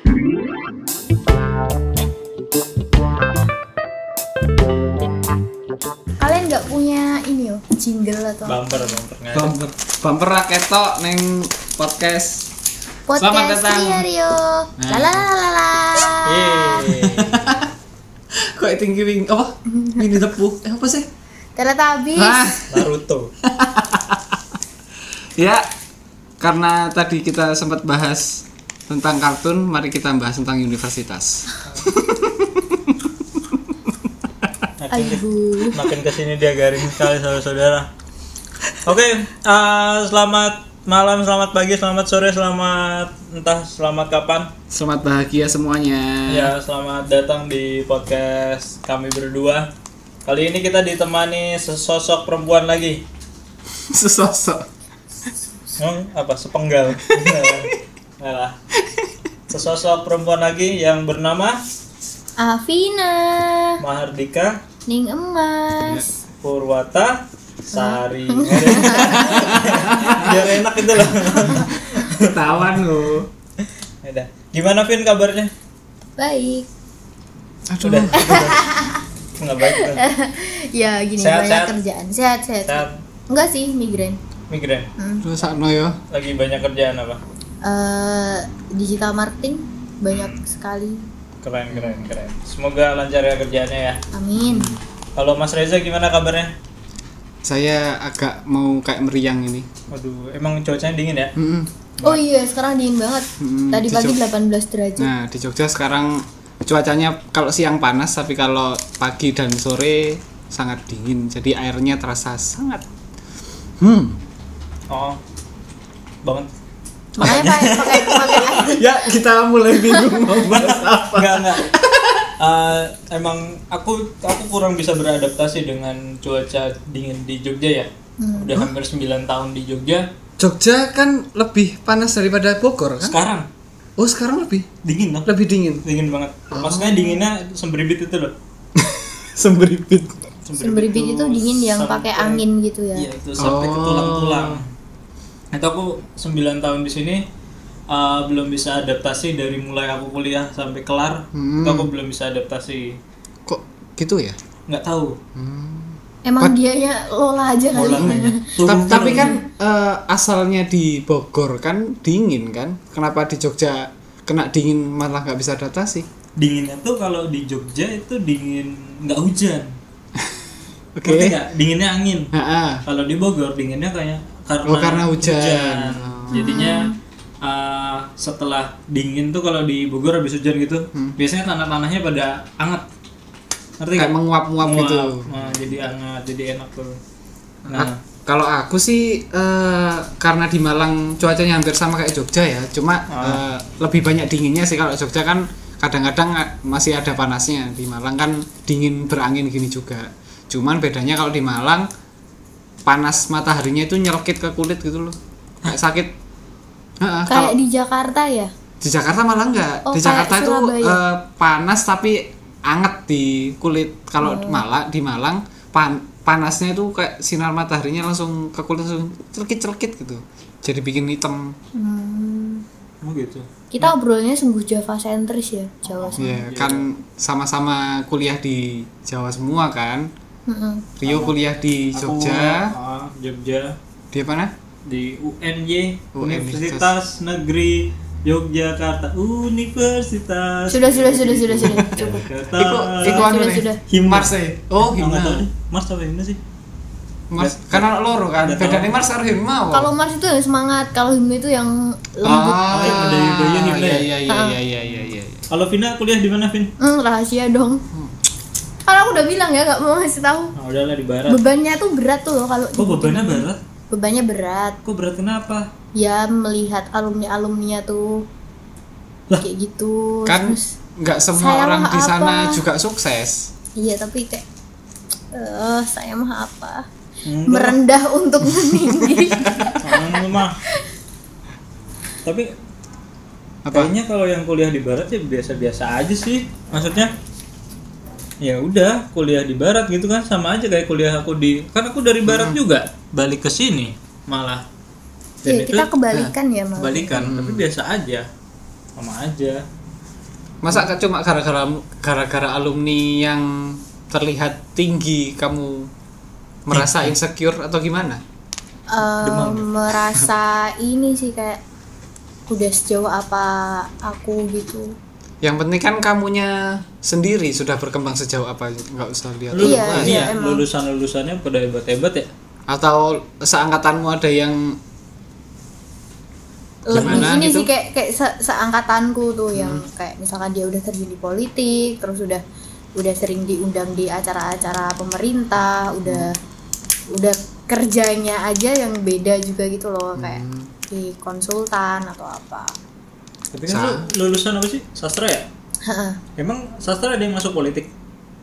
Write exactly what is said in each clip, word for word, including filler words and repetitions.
Kalian nggak punya ini yo, jingle atau bumper bumper Bumper bumper ra ketok ning podcast. podcast Ria Rio. Nah. Lalalala. Yeay. Kok tinggi wing apa? Ini tepuk. Eh apa sih? Teletubbies. Ah, Naruto. ya. Karena tadi kita sempat bahas tentang kartun, mari kita bahas tentang universitas. Makin, Aduh. makin kesini dia garing sekali saudara-saudara. Oke, uh, selamat malam, selamat pagi, selamat sore, selamat entah selamat kapan. Selamat bahagia semuanya. Ya, selamat datang di podcast kami berdua. Kali ini kita ditemani sesosok perempuan lagi. Sesosok. Hmm, apa sepenggal? Nggak lah. Sesosok perempuan lagi yang bernama Afina. Mahardika Ning Emas. Purwata Sari. Biar enak gitu loh. Ketahuan lo. Udah. Gimana Vin kabarnya? Baik. Aduh. Udah. Nggak baik kan? Ya gini Sehat, banyak sehat. kerjaan. Sehat, sehat. Sehat. Enggak sih, migrain. Migrain. Hmm. Terus sakno ya. Lagi banyak kerjaan apa? Eh, digital marketing banyak sekali. Keren keren keren. Semoga lancar ya kerjaannya ya. Amin. Kalau Mas Reza gimana kabarnya? Saya agak mau kayak meriang ini. Waduh, emang cuacanya dingin ya? Mm-mm. Oh iya, sekarang dingin banget. Hmm, Tadi di pagi Jog- delapan belas derajat. Nah, di Jogja sekarang cuacanya kalau siang panas, tapi kalau pagi dan sore sangat dingin. Jadi airnya terasa sangat hmm. Oh. Banget. Makanya pakai pakai pakai air. Ya, kita mulai bingung mau bahas apa. Enggak enggak. Uh, emang aku aku kurang bisa beradaptasi dengan cuaca dingin di Jogja ya. Hmm. Udah hampir sembilan tahun di Jogja. Jogja kan lebih panas daripada Bogor kan? Sekarang Oh, sekarang lebih dingin loh. lebih dingin. Dingin banget. Maksudnya dinginnya semberibit itu loh. Semberibit. Semberibit itu dingin yang sampai- pakai angin gitu ya. Iya, itu sampai ke Oh. tulang-tulang. Itu aku sembilan tahun di sini uh, belum bisa adaptasi dari mulai aku kuliah sampai kelar. Hmm. Itu aku belum bisa adaptasi. Kok gitu ya? Nggak tahu. Emang Pat- dianya Lola aja kali. Mulanya. Ta- tapi kan eh, asalnya di Bogor kan dingin kan? Kenapa di Jogja kena dingin malah nggak bisa adaptasi? Dinginnya tuh kalau di Jogja itu dingin nggak hujan. Oke. Ngerti nggak? Dinginnya angin. Ha-ha. Kalau di Bogor dinginnya kayak karena, Oh, karena hujan. Oh. Jadinya uh, setelah dingin tuh kalau di Bogor habis hujan gitu, Hmm. biasanya tanah-tanahnya pada hangat. Ngerti Kayak nggak? menguap-nguap gitu. Nah, jadi hangat, jadi enak tuh. Ah, Nah, kalau aku sih eh, karena di Malang cuacanya hampir sama kayak Jogja ya, cuma Ah. eh, lebih banyak dinginnya sih. Kalau Jogja kan kadang-kadang masih ada panasnya. Di Malang kan dingin berangin gini juga. Cuman bedanya kalau di Malang panas mataharinya itu nyelkit ke kulit gitu loh, kayak sakit. Heeh, kalau Kayak di Jakarta ya. di Jakarta malah enggak. Oh, Di kayak Jakarta itu Surabaya. eh, panas tapi anget di kulit. Kalau Oh. malah di Malang pan- panasnya itu kayak sinar mataharinya langsung ke kulit langsung celkit-celkit gitu. Jadi bikin hitam. Hmm. oh gitu. Kita obrolnya sungguh Java sentris ya, Jawa semua. Ya, kan sama-sama kuliah di Jawa semua kan. Mm-mm. Rio kuliah di Aku, Jogja. ah, Jogja Di mana? di U N Y, U N Y. Universitas Negeri Yogyakarta Universitas. Sudah, sudah, sudah, sudah, sudah. Cukup. Jakarta. Iku iku anu Sudah, nih. sudah. Himna. Mars ya? Oh, Oh, nggak tahu himna. deh. Mars apa himna sih? Mars kan ana loro kan. Nggak tahu. Bedane Mars karo himna apa? Kalau Mars itu yang semangat, kalau Himna itu yang lembut. Ah, yang ada himna, himna iya ya? iya iya Ah. iya iya iya iya. Kalau Vina kuliah di mana, Vin? Hmm, rahasia dong. Karena aku udah bilang ya, nggak mau ngasih tahu. Nah, udahlah di barat. Bebannya tuh berat tuh loh kalau. Kok bebannya berat? Bebannya berat. Kok berat kenapa? Ya melihat alumni alumninya tuh Lah. kayak gitu. Kan Terus, nggak semua saya orang mah di sana apa? juga sukses. iya tapi kayak eh saya mah apa? Enggak. Merendah untuk meninggi. Jangan mah. Tapi Apa? kayaknya kalau yang kuliah di barat ya biasa-biasa aja sih. Maksudnya ya udah kuliah di barat gitu kan, sama aja kayak kuliah aku di, kan aku dari barat juga balik ke sini malah. Iya, kita kebalikan ya malah. Kebalikan, tapi biasa aja. Sama aja. Masa kan cuma gara-gara gara-gara alumni yang terlihat tinggi kamu merasa insecure atau gimana? Uh, merasa ini sih kayak udah sejauh apa aku gitu. Yang penting kan kamunya sendiri sudah berkembang sejauh apa, nggak usah lihat. Lu, Iya, ini iya, ya, emang. lulusan-lulusannya pada hebat-hebat ya? Atau seangkatanmu ada yang Lebih gimana ini gitu? sih kayak kayak se seangkatanku tuh yang kayak misalkan dia udah terjun di politik, terus udah udah sering diundang di acara-acara pemerintah, udah udah kerjanya aja yang beda juga gitu loh, kayak di konsultan atau apa. Tapi kan lu lulusan apa sih? Sastra ya? Heeh. Emang sastra ada yang masuk politik?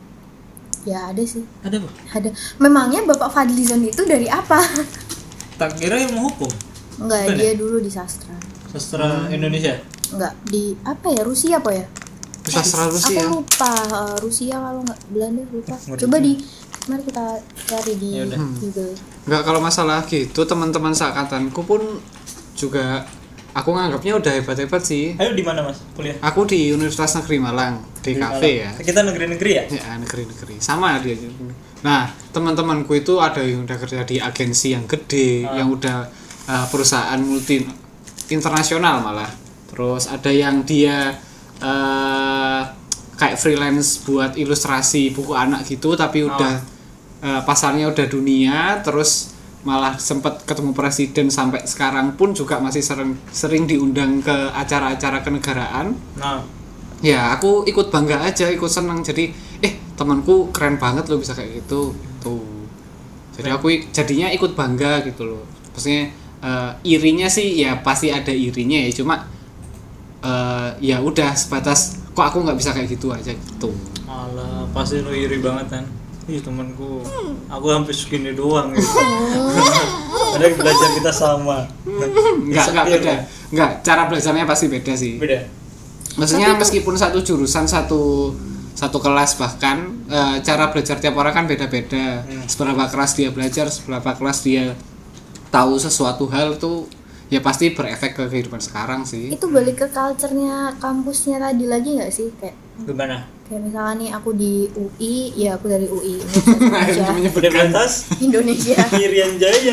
Ya ada sih, Ada apa? ada. Memangnya Bapak Fadlizon itu dari apa? Tak kira yang mau hukum. Enggak, Bukan dia ya? dulu di sastra. Sastra Indonesia. Enggak, di apa ya? Rusia apa ya? Sastra Rusia. Aku lupa, uh, Rusia kalau nggak Belanda lupa. Ngerti. Coba di mari kita cari di Ya udah. Google. Enggak, kalau masalah gitu teman-teman seangkatanku pun juga aku nganggapnya udah hebat-hebat sih. Ayo di mana Mas kuliah? Aku di Universitas Negeri Malang, di kafe ya. Kita negeri-negeri ya? Ya, negeri-negeri. Sama dia. Nah, teman-temanku itu ada yang udah kerja di agensi yang gede, Ah. yang udah uh, perusahaan multi internasional malah. Terus ada yang dia uh, kayak freelance buat ilustrasi buku anak gitu, tapi udah uh, pasarnya udah dunia, terus malah sempat ketemu presiden sampai sekarang pun juga masih sering sering diundang ke acara-acara kenegaraan. Nah, Ya aku ikut bangga aja, ikut senang. Jadi eh temanku keren banget loh bisa kayak gitu tuh. Jadi aku i- jadinya ikut bangga gitu loh. Maksudnya eh, irinya sih ya pasti ada irinya ya, cuma eh, ya udah sebatas kok aku nggak bisa kayak gitu aja gitu. malah pasti lu iri banget kan. Ih temanku, aku hampir segini doang gitu. Padahal belajar kita sama. Enggak enggak beda. Enggak, cara belajarnya pasti beda sih. Beda. Maksudnya Tapi tuh- meskipun satu jurusan satu satu kelas bahkan eh, cara belajar tiap orang kan beda-beda. Hmm. Seberapa keras dia belajar, seberapa kelas dia tahu sesuatu hal tuh ya pasti berefek ke kehidupan sekarang sih. Itu balik ke culture-nya kampusnya tadi lagi nggak sih? Kayak Gimana? kayak misalnya nih aku di U I, ya aku dari U I Universitas Indonesia. Universitas Indonesia. Irian Jaya.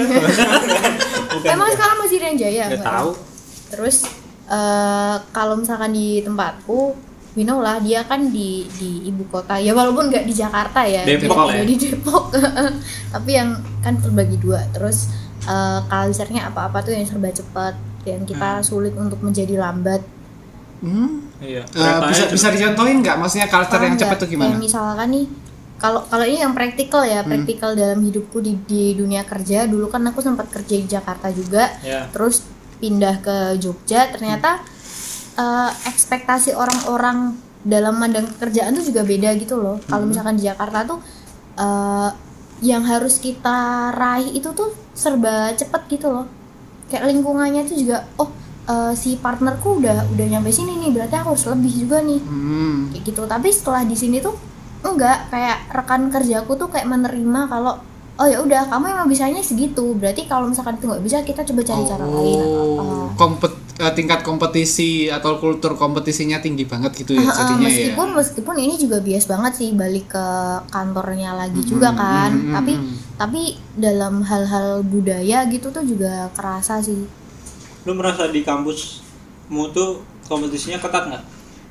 Bukan. Emang sekarang masih Irian Jaya? Nggak tahu. Terus eh, kalau misalkan di tempatku, you know lah dia kan di di ibu kota ya, walaupun nggak di Jakarta ya, Depok dia ya? di Depok. Tapi yang kan terbagi dua. Terus eh, culture-nya apa-apa tuh yang serba cepat, dan kita sulit untuk menjadi lambat. Hmm. Iya. Eh, Keretanya bisa cepet. bisa dicontohin nggak? Maksudnya culture yang Paham cepat nggak? tuh gimana? Kayak misalkan nih, kalau kalau ini yang praktikal ya, praktikal dalam hidupku di di dunia kerja. Dulu kan aku sempat kerja di Jakarta juga, Ya. terus pindah ke Jogja. Ternyata eh, ekspektasi orang-orang dalam mandang pekerjaan tuh juga beda gitu loh. Kalau misalkan di Jakarta tuh eh, yang harus kita raih itu tuh serba cepet gitu loh. Kayak lingkungannya tuh juga, oh eh, si partnerku udah udah nyampe sini nih, berarti aku harus lebih juga nih. Hmm. Kayak gitu. Tapi setelah di sini tuh enggak, kayak rekan kerjaku tuh kayak menerima kalau oh ya udah kamu emang bisanya segitu, berarti kalau misalkan itu nggak bisa kita coba cari cara lain atau apa. Oh, kompet eh, tingkat kompetisi atau kultur kompetisinya tinggi banget gitu ya Ah, ah, jadinya ya. meskipun meskipun ini juga bias banget sih balik ke kantornya lagi juga kan, hmm, hmm, tapi hmm. tapi dalam hal-hal budaya gitu tuh juga kerasa sih. Lu merasa di kampusmu tuh kompetisinya ketat nggak?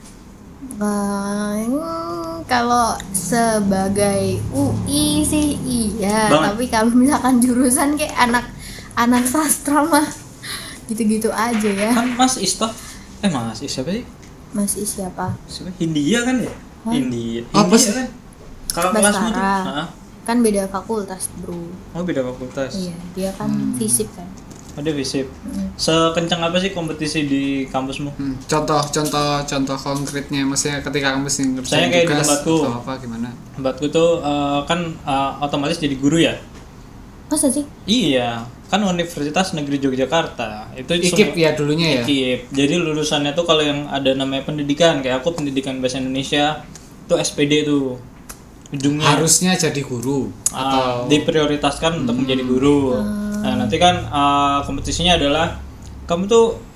Hmm, kalau sebagai U I sih iya, Banget. tapi kalau misalkan jurusan kayak anak anak sastra mah gitu-gitu aja ya. Kan Mas Isto, eh Mas Is siapa sih? Mas Is siapa? Siapa? Hindia kan ya? Hah? Hindia. Oh, Hindia pas- kan? Kalau kelasmu tuh? Bastara. Heeh. Kan beda fakultas, Bro. Oh beda fakultas. Iya, dia kan fisip kan. Ada visip. Sekencang apa sih kompetisi di kampusmu? Hmm, contoh contoh contoh konkretnya maksudnya ketika kamu sih Saya kayak di tempatku. atau apa gimana? Tempatku tuh eh, kan eh, otomatis jadi guru ya. Masa sih? Iya, kan Universitas Negeri Yogyakarta. Itu I K I P semua- ya dulunya ya. I K I P. Jadi lulusannya tuh kalau yang ada namanya pendidikan, kayak aku pendidikan bahasa Indonesia, itu S P D tuh. Ujungnya Harusnya jadi guru Ah, atau diprioritaskan untuk menjadi guru. Nah, nanti kan uh, kompetisinya adalah kamu tuh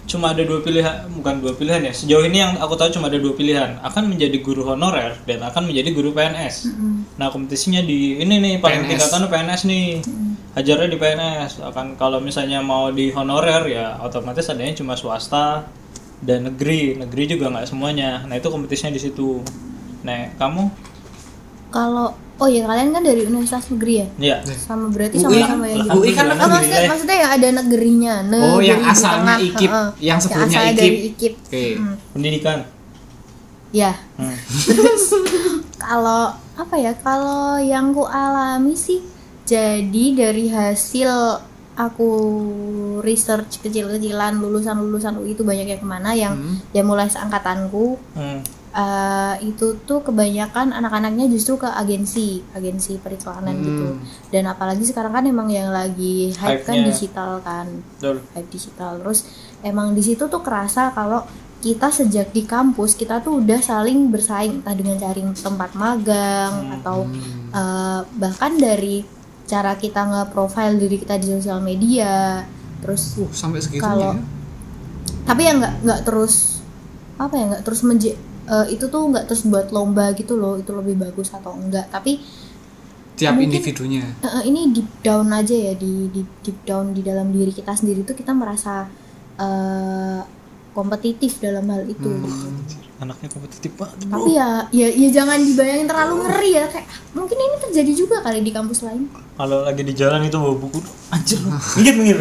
cuma ada dua pilihan, bukan dua pilihan ya. Sejauh ini yang aku tahu cuma ada dua pilihan, akan menjadi guru honorer dan akan menjadi guru P N S. Mm-hmm. Nah kompetisinya di ini nih paling tingkatan P N S nih, mm-hmm. hajarnya di P N S. Akan kalau misalnya mau di honorer ya otomatis adanya cuma swasta dan negeri, negeri juga nggak semuanya. Nah itu kompetisinya di situ. Nah kamu? Kalau oh ya kalian kan dari universitas negeri ya? Iya. Sama berarti sama-sama yang U I kan oh, maksudnya, maksudnya yang ada negerinya. Negeri oh yang asalnya tengah, I K I P, uh, yang sebelumnya yang I K I P. dari I K I P. Oke. Okay. Hmm. Pendidikan. Ya. Hmm. Terus kalau apa ya? Kalau yang ku alami sih jadi dari hasil aku research kecil-kecilan lulusan-lulusan U I itu banyak yang kemana yang hmm. ya mulai seangkatanku. Hmm. Uh, itu tuh kebanyakan anak-anaknya justru ke agensi agensi periklanan hmm. gitu, dan apalagi sekarang kan emang yang lagi hype kan digital kan. Betul. Hype digital, terus emang di situ tuh kerasa kalau kita sejak di kampus kita tuh udah saling bersaing entah dengan cari tempat magang hmm. atau uh, bahkan dari cara kita nge-profile diri kita di sosial media, terus uh, sampai segitunya kalau ya? Tapi ya nggak nggak terus apa ya nggak terus menje Uh, itu tuh nggak terus buat lomba gitu loh, itu lebih bagus atau enggak, tapi tiap mungkin, individunya uh, ini deep down aja ya, di, di deep down di dalam diri kita sendiri tuh kita merasa uh, kompetitif dalam hal itu. hmm. Gitu. Anaknya kompetitif banget bro. Tapi ya, ya ya jangan dibayangin terlalu ngeri ya, kayak mungkin ini terjadi juga kali di kampus lain. Kalau lagi di jalan itu bawa buku, anjir mingit-mingit.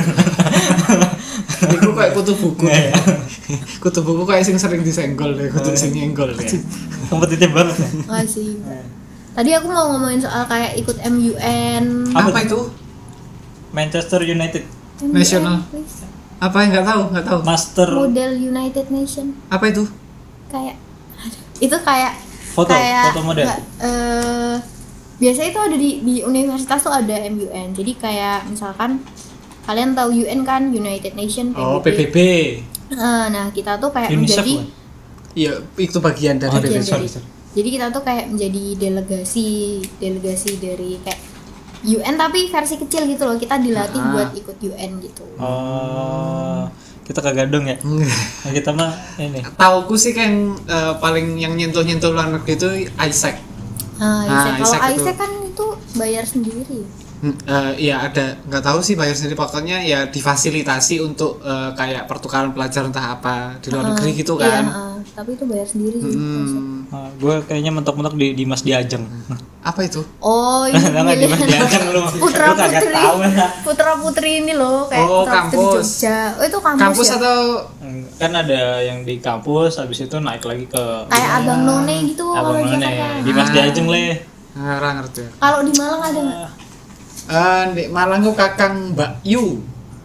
Iku kayak kutu buku ya. Kutu buku kayak sing sering disenggol deh, kutu sing nyenggol ya. Kompetitif banget ya. Enggak sih. Tadi aku mau ngomongin soal kayak ikut M U N. Apa, Apa itu? Manchester United M U N, National. Please. Apa yang nggak tahu, nggak tahu. Master Model United Nation. Apa itu? Kayak itu kayak foto, kayak foto model. Enggak, uh, biasanya itu ada di di universitas tuh ada M U N. Jadi kayak misalkan kalian tahu U N kan, United Nation, P B B. Oh, P B B. Uh, nah, kita tuh kayak UNICEF menjadi iya, itu bagian dari oh, bagian sorry, dari. sorry. Jadi kita tuh kayak menjadi delegasi, delegasi dari kayak U N tapi versi kecil gitu loh. Kita dilatih ah. buat ikut U N gitu. Oh. Kita kagak dong ya. Nah, kita mah ini. Tauku sih kan uh, paling yang nyentuh-nyentuh luar negeri itu I S E C. Ah, nah, kalau I S E C kan itu bayar sendiri. Hmm, uh, iya ada, nggak tahu sih bayar sendiri, pokoknya ya difasilitasi untuk uh, kayak pertukaran pelajar entah apa di luar uh, negeri gitu kan. Iya, uh, tapi itu bayar sendiri sih. Hmm. Uh, gue kayaknya mentok-mentok di Dimas Diajeng. Apa itu? Oh, ini nggak Dimas Diajeng lu. Putra lu kagak putri. Tahu ya. Putra putri ini loh kayak oh, Putra kampus. Putri Jogja. Oh, itu kampus, kampus ya? Atau kan ada yang di kampus, habis itu naik lagi ke kayak ya, Abang None gitu kalau di Jakarta. Dimas Diajeng le. Nggak ngerti. Kalau di Malang ada nggak? Uh, di Malang tuh Kakang Mbak Yu.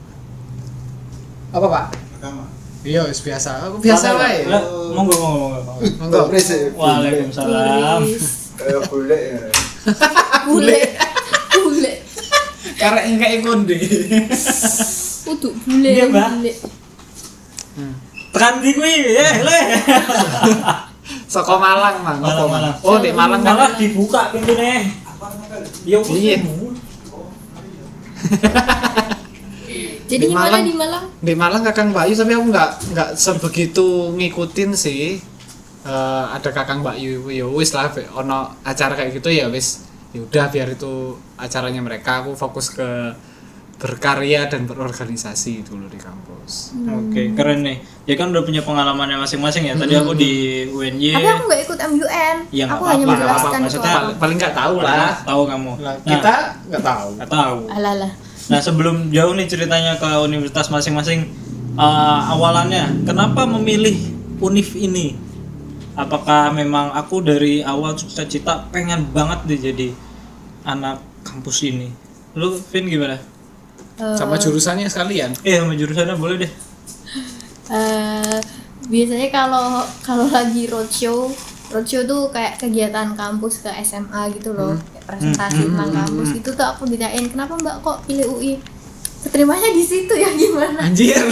Apa Pak? Kakang. Iya, biasa. Aku biasa wae. Monggo monggo monggo. Monggo. Waalaikumsalam. Eh bule ya. Bule. Bule. Karek engke konde. Kudu bule. Iya, Mbak. Bule. Hmm. Tekan di kuwi ya, le. Saka Malang, Mang. Malang, Malang. Oh, di Malang malah dibuka pintune. Iya. Jadi di gimana Malang, di Malang? Di Malang Kakang Mbak Yu, tapi aku nggak nggak sebegitu ngikutin sih. Uh, ada Kakang Mbak Yu, ya wis lah, ono acara kayak gitu ya wis. Ya udah biar itu acaranya mereka, aku fokus ke berkarya dan berorganisasi dulu di kampus. Hmm. Oke, okay, keren nih. Ya kan udah punya pengalamannya masing-masing ya. Tadi hmm. aku di U N Y. Tapi aku nggak ikut M U N. Ya, aku apa, hanya apa, menjelaskan apa, maksudnya itu. Paling nggak tahu lah. Tahu kamu. Nah, kita nggak tahu. Nggak tahu. Alalah. Nah, sebelum jauh nih ceritanya ke universitas masing-masing, uh, awalannya kenapa memilih Univ ini? Apakah memang aku dari awal cita-cita pengen banget deh jadi anak kampus ini? Lu Vin gimana? Uh, sama jurusannya sekalian? Eh, sama jurusannya boleh deh. Uh, biasanya kalau kalau lagi roadshow, roadshow tuh kayak kegiatan kampus ke S M A gitu loh, hmm. kayak presentasi tentang hmm. kampus. Itu tuh aku ditanyain, kenapa Mbak kok pilih U I? Keterimanya di situ ya gimana? Anjir.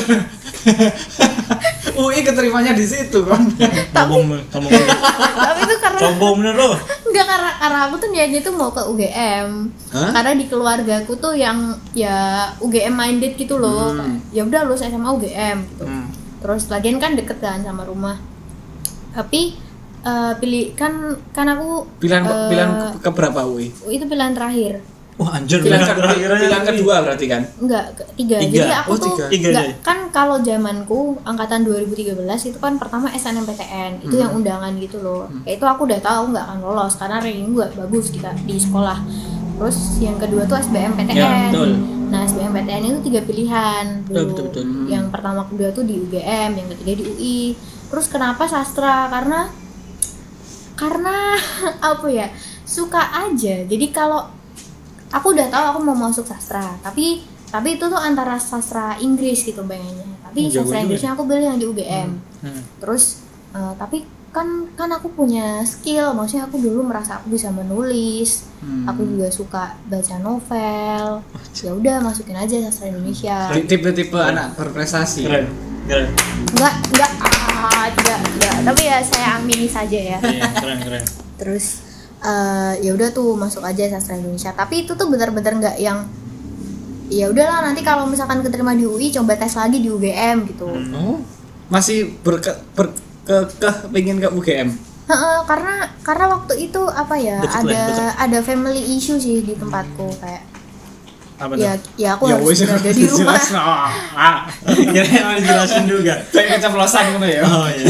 U I keterimanya di situ kan. Sombong, sombong. Tapi itu karena sombong bener loh. Enggak, karena karena aku tuh niatnya tuh mau ke U G M. Hah? Karena di keluarga aku tuh yang ya U G M minded gitu loh. Hmm. Ya udah lulus S M A U G M gitu. Hmm. Terus lagian kan deket kan sama rumah. Tapi uh, pilih kan kan aku Pilihan uh, pilihan ke, ke berapa U I? itu pilihan terakhir. Wah anjir, Pilihan, pilihan ke, terakhir aja. pilihan kedua berarti kan? Enggak, ke- tiga. Tiga. Jadi aku Oh, tuh tiga. Tiga enggak, aja. kan kalau zamanku angkatan dua ribu tiga belas itu kan pertama S N M P T N, itu Hmm. yang undangan gitu loh. Ya itu aku udah tahu nggak akan lolos karena ranking gue bagus kita di sekolah. Terus yang kedua tuh S B M P T N. Ya, betul. Nah, S B M P T N itu tiga pilihan dulu. Betul, betul, betul. Yang pertama kedua tuh di U G M, yang ketiga di U I. Terus kenapa sastra? Karena karena apa ya? Suka aja. Jadi kalau aku udah tahu aku mau masuk sastra, tapi tapi itu tuh antara sastra Inggris gitu pengennya. Tapi Hmm, jago sastra juga Inggrisnya aku pilih yang di U G M. Hmm. Terus eh, tapi kan kan aku punya skill, maksudnya aku dulu merasa aku bisa menulis, Hmm. aku juga suka baca novel. Ya udah masukin aja sastra Indonesia. Tipe-tipe anak berprestasi. Keren, keren. Enggak enggak ah, tidak tidak. Tapi ya saya amini saja ya. Iya, keren, keren. Terus eh, ya udah tuh masuk aja sastra Indonesia. Tapi itu tuh benar-benar nggak yang ya udahlah nanti kalau misalkan keterima di U I coba tes lagi di U G M gitu. Oh, masih berke, ber, ke, ke pengen ke U G M. Heeh, karena karena waktu itu apa ya Deket lah, ada deket. ada family issue sih di tempatku kayak Apa ya tuh? ya aku harus berada di rumah. Jelas, no. Ah, Kira-kira mau dijelasin juga. kayak keceplosan gitu ya. Oh iya.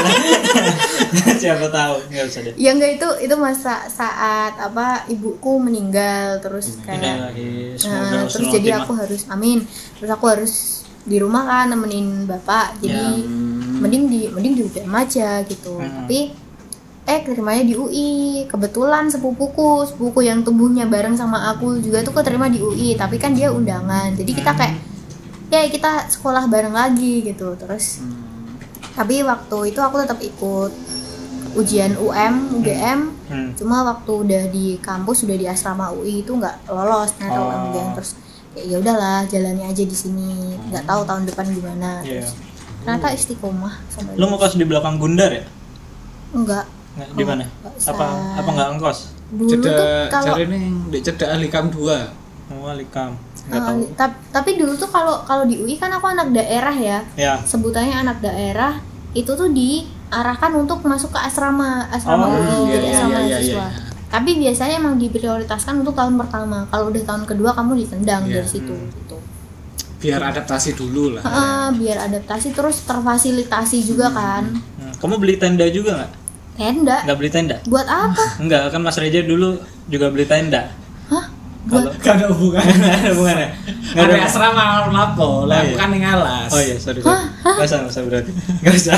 Siapa tahu, nggak usah deh. Ya enggak itu itu masa saat apa ibuku meninggal terus kayak Ilahi, nah, semoga terus husnul jadi khotimah. aku harus amin terus aku harus di rumah kan nemenin bapak jadi Ya. mending di mending di U G M aja gitu Hmm. tapi eh keterimanya di U I kebetulan sepupuku sepupuku yang tumbuhnya bareng sama aku juga tuh keterima di U I tapi kan dia undangan jadi kita kayak ya kita sekolah bareng lagi gitu terus tapi waktu itu aku tetap ikut ujian U M U G M Hmm. cuma waktu udah di kampus udah di asrama U I itu nggak lolos ternyata Oh. U M G M terus ya ya udahlah jalani aja di sini nggak tahu tahun depan gimana Iya. terus ternyata istiqomah sampai Lu ngekos di belakang Gundar ya? enggak Nggak, di Oh, mana? nggak Apa usah. apa nggak ngekos? dulu tuh Cedak kalau cari nih di cedak Alikam dua. Oh, Alikam. Nggak eh, tahu. tap- tapi dulu tuh kalau kalau di U I kan aku anak daerah ya Ya. sebutannya anak daerah itu tuh diarahkan untuk masuk ke asrama asrama Oh, U I iya, jadi iya, asrama iya, iya, mahasiswa iya. tapi biasanya emang diprioritaskan untuk tahun pertama kalau udah tahun kedua kamu ditendang Iya. dari situ Hmm. gitu Biar adaptasi dulu lah. Heeh, biar adaptasi terus terfasilitasi juga kan Hmm. Kamu beli tenda juga nggak? tenda Nggak beli tenda? buat apa Enggak, kan Mas Reja dulu juga beli tenda. hah Kalau buat Gak ada hubungannya. nggak ada hubungannya. Nggak Ada asrama lapo, lah Oh, iya. bukan yang alas. Oh iya, sorry. sorry. Nggak usah, nggak usah berarti. Nggak usah.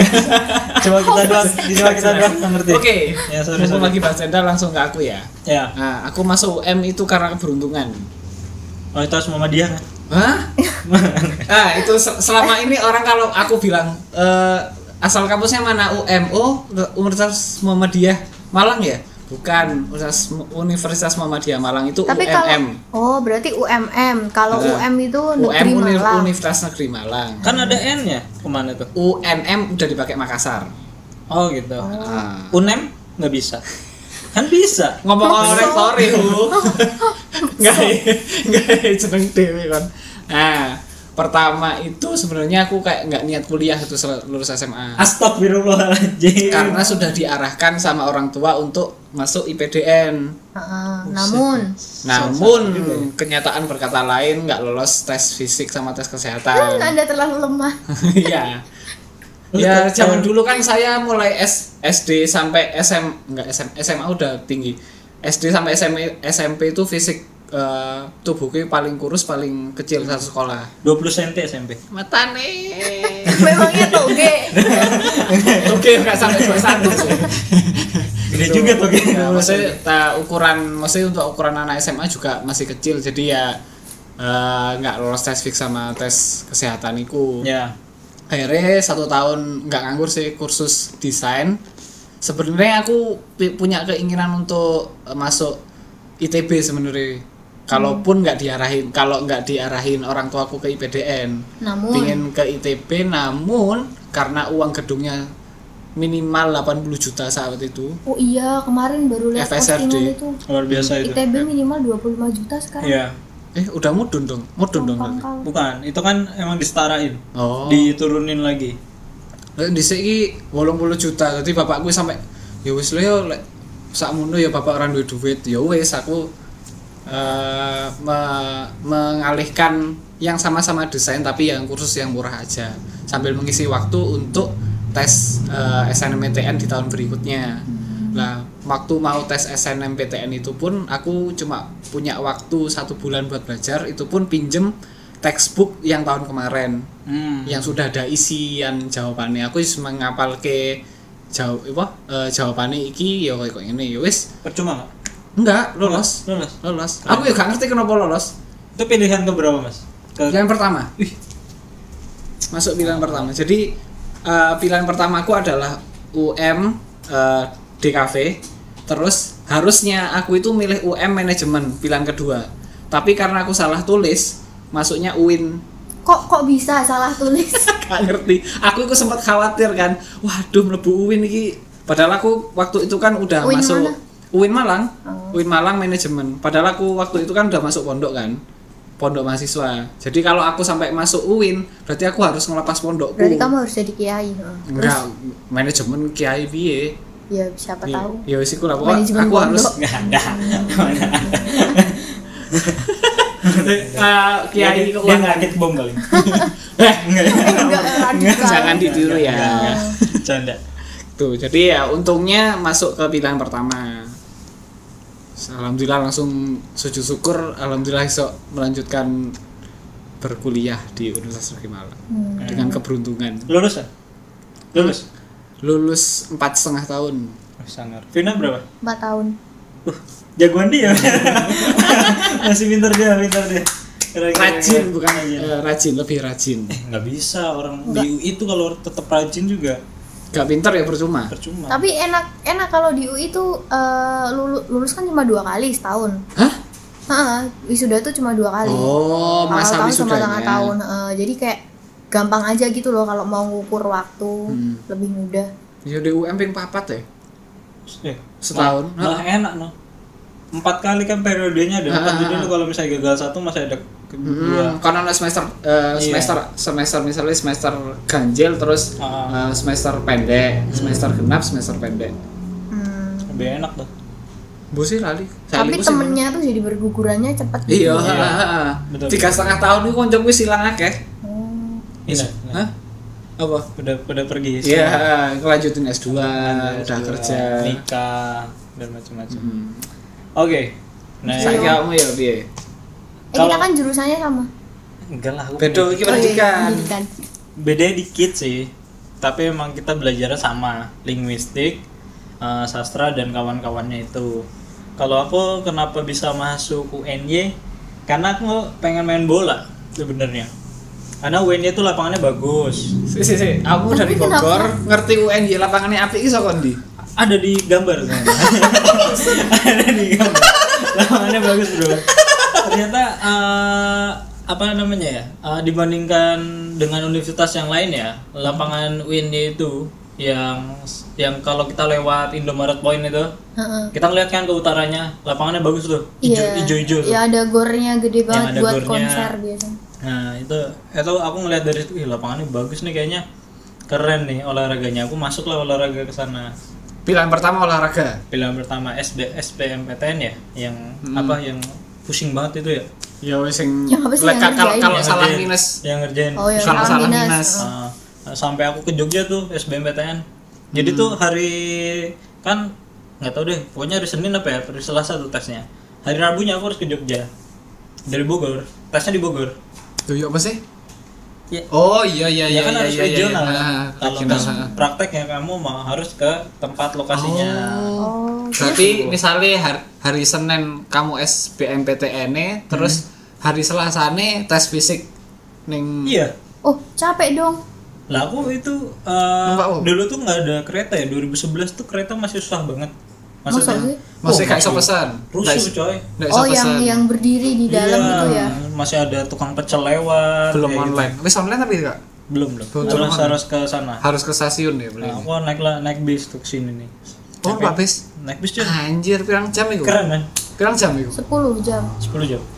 Coba kita doang, coba kita doang yang ngerti. Oke. Ya, sorry, Mumpung sorry. lagi bahas tenda langsung ke aku ya. Ya. Nah, aku masuk U M itu karena keberuntungan. Oh itu harus Muhammadiyah kan? Hah? Ah, itu se- selama ini orang kalau aku bilang eh, asal kampusnya mana U M? Oh, Universitas Muhammadiyah Malang ya? Bukan, Universitas Universitas Muhammadiyah Malang itu tapi U M M. kalau oh berarti U M M kalau Nah, U M itu U M negeri Uni- Malang Universitas Negeri Malang. Kan ada N-nya. Kemana tuh? U N M udah dipakai Makassar. Oh gitu. Ah. Unem nggak bisa. Kan bisa. Ngomong-ngomong rektor itu nggak nggak jeneng dewe kan. Nah, pertama itu sebenarnya aku kayak nggak niat kuliah itu sel- lulus S M A Astagfirullahaladzim. karena sudah diarahkan sama orang tua untuk masuk I P D N. Heeh, namun Namun kenyataan berkata lain, nggak lolos tes fisik sama tes kesehatan. Anda terlalu lemah Iya. Ya zaman dulu kan saya mulai S SD sampai S M enggak S M S M A udah tinggi. S D sampai S M P S M P itu fisik eh, tubuhku paling kurus paling kecil satu sekolah. dua puluh sentimeter S M P. Matane. memangnya toge Oke, enggak sampai dua puluh satu sih. Gede juga tuh gitu. Ya, maksudnya ta, ukuran maksudnya untuk ukuran anak S M A juga masih kecil jadi ya eh, nggak lolos tes fix sama tes kesehatan itu. Ya. Akhirnya satu tahun nggak nganggur sih kursus desain. Sebenarnya aku pi- punya keinginan untuk eh, masuk I T B sebenarnya. Kalaupun nggak diarahin, kalau nggak diarahin orang tuaku ke I P D N, namun pingin ke I T B, namun karena uang gedungnya minimal delapan puluh juta saat itu. oh iya kemarin baru lihat F S R D. postingan itu Luar biasa itu. I T B minimal dua puluh lima juta sekarang Iya. Eh, udah mudun dong. Mudun dong berarti. Pangkal. Bukan, itu kan emang disetarain. Oh. Diturunin lagi. Lek dhisik iki wolung puluh juta. Dadi bapakku sampai ya wis lho yo lek sakmono ya bapak ora duwe duit. Ya wis aku uh, me- mengalihkan yang sama-sama desain tapi yang kursus yang murah aja sambil mengisi waktu untuk tes uh, S N M P T N di tahun berikutnya. Nah, waktu mau tes S N M P T N itu pun aku cuma punya waktu satu bulan buat belajar, itu pun pinjem textbook yang tahun kemarin Hmm. yang sudah ada isian jawabannya. Aku cuma ngapal ke jawab apa uh, jawabannya iki ya kayak ini ya wis Percuma nggak? enggak lolos Lolos. lolos aku ya gak ngerti kenapa lolos. Itu pilihan ke berapa, Mas? Ke Pilihan pertama masuk pilihan pertama. Jadi uh, pilihan pertamaku adalah U M uh, D K V. Terus harusnya aku itu milih U M manajemen pilihan kedua, tapi karena aku salah tulis masuknya U I N. Kok kok bisa salah tulis? Gak ngerti. Aku itu sempat khawatir kan. Waduh mlebu U I N iki. Padahal aku waktu itu kan udah U I N masuk mana? U I N Malang. Oh. U I N Malang manajemen. Padahal aku waktu itu kan udah masuk pondok kan. Pondok mahasiswa. Jadi kalau aku sampai masuk U I N, berarti aku harus ngelepas pondokku. Berarti kamu harus jadi kiai. heeh. Enggak, manajemen kiai piye? Ya siapa Ya, tahu. ya wis iku lah pokoknya Manajemen aku harus pondok. nggak ada. eh, kiai dia, dia keuangan. ngakit bom kali. Eh, Enggak radikal. jangan ditiru ya. Enggak, enggak. Canda. Tuh, jadi ya untungnya masuk ke pilihan pertama. Alhamdulillah langsung sujud syukur, alhamdulillah iso melanjutkan berkuliah di Universitas Negeri Malang Hmm. dengan keberuntungan. Lulus ya? Lulus. Lulus empat setengah tahun. Oh, sangar. Vina berapa? empat tahun. Uh, jagoan dia. Masih pintar dia, pintar dia. Kira-kira- Rajin bukan Rajin. eh, rajin, lebih rajin. Eh, nggak bisa orang di U I itu kalau tetap rajin juga Gak pintar ya percuma. percuma. Tapi enak enak kalau di U I tuh eh, lulu- lulus kan cuma dua kali setahun. Hah? Heeh, wisuda tuh cuma dua kali. Oh, Awal masa tahun sama tengah wisudanya. tahun. heeh. Jadi kayak gampang aja gitu loh kalau mau ngukur waktu, Hmm. lebih mudah. Ya di U M ping papat ya. Eh, Setahun. malah enak no. Empat kali kan periodenya ada. Empat Ah, jadi ah, lu kalau misalnya gagal satu masih ada kedua. Hmm, karena ada semester eh, Iya. semester semester misalnya semester ganjil terus Ah. eh, semester pendek, semester genap, semester pendek. Hmm. Lebih enak tuh. Bu sih lali. Tapi temennya tuh jadi bergugurannya cepet gitu. iya, Iya. heeh. Betul. Tiga setengah tahun itu konco gue silang akeh. Oh. Ini. Hah? Apa? Udah udah pergi. Iya, kelanjutin S dua, Udah udah kerja. nikah dan macam-macam. Hmm. Oke. Nah, Saiki kamu ya piye? Eh kita Kalau- kan jurusannya sama. enggak lah. aku Bedo iki Oh, iya, pendidikan. pendidikan. Bedanya dikit sih. Tapi emang kita belajarnya sama, linguistik, eh, sastra dan kawan-kawannya itu. Kalau aku kenapa bisa masuk U N Y? Karena aku pengen main bola sebenarnya. Karena U N Y itu lapangannya bagus. Si si si, aku Tapi dari kenapa? Bogor, ngerti U N Y lapangannya apik iki saka ndi? Ada di gambar sebenarnya. Ada di gambar. Lapangannya bagus, Bro. Ternyata eh, apa namanya ya? eh, dibandingkan dengan universitas yang lain ya, lapangan U N Y itu yang yang kalau kita lewat Indomaret Point itu, Heeh. kita ngeliat kan ke utaranya, lapangannya bagus tuh. Hijau, Iya. hijau-hijau tuh. Ya ada gornya gede banget ada buat gornya. konser biasanya. Nah, itu itu aku ngeliat dari situ, ih lapangannya bagus nih kayaknya. Keren nih olahraganya. Aku masuklah olahraga ke sana. Pilihan pertama olahraga. Pilihan pertama S B S B M P T N ya, yang Hmm. apa yang pusing banget itu ya. Ya wis sing Yang apa sih lek- yang kalau ngerjain? kalau Yang salah ngerjain- minus. yang ngerjain. Oh, yang Kalau salah salah minus. minus. Heeh. Nah, sampai aku ke Jogja tuh S B M P T N. Jadi Hmm. tuh hari kan nggak tahu deh, pokoknya hari Senin apa ya, hari Selasa tuh tesnya. Hari Rabunya aku harus ke Jogja dari Bogor, tesnya di Bogor. Tuh ya apa sih? Ya, Oh iya iya ya iya kan iya harus iya. regional. iya. kan? Ah, Kalau regional, tes ah. prakteknya kamu mau harus ke tempat lokasinya. Oh. Berarti misalnya hari, hari Senin kamu S B M P T N terus hari Selasane tes fisik ning Iya. Oh, capek dong. Lah aku itu uh, Numpak, oh. dulu tuh nggak ada kereta ya, dua ribu sebelas tuh kereta masih susah banget. Masa sih? masih Oh, gak iso masih. pesan. Nggak Rusuh iso- coy. nggak iso Oh, yang pesan. yang berdiri di dalam Iya, itu ya. masih ada tukang pecel lewat. belum kayak gitu. online. Wis online tapi enggak Belum belum. Belum Harus online. harus ke sana. harus ke stasiun ya beli. Nah, aku naik lah naik bis tuh kesini nih. Oh, Naik- Pak Bis. Naik bis cuy. Anjir, pirang jam iku? Keren kan? Pirang jam iku? sepuluh jam. sepuluh jam.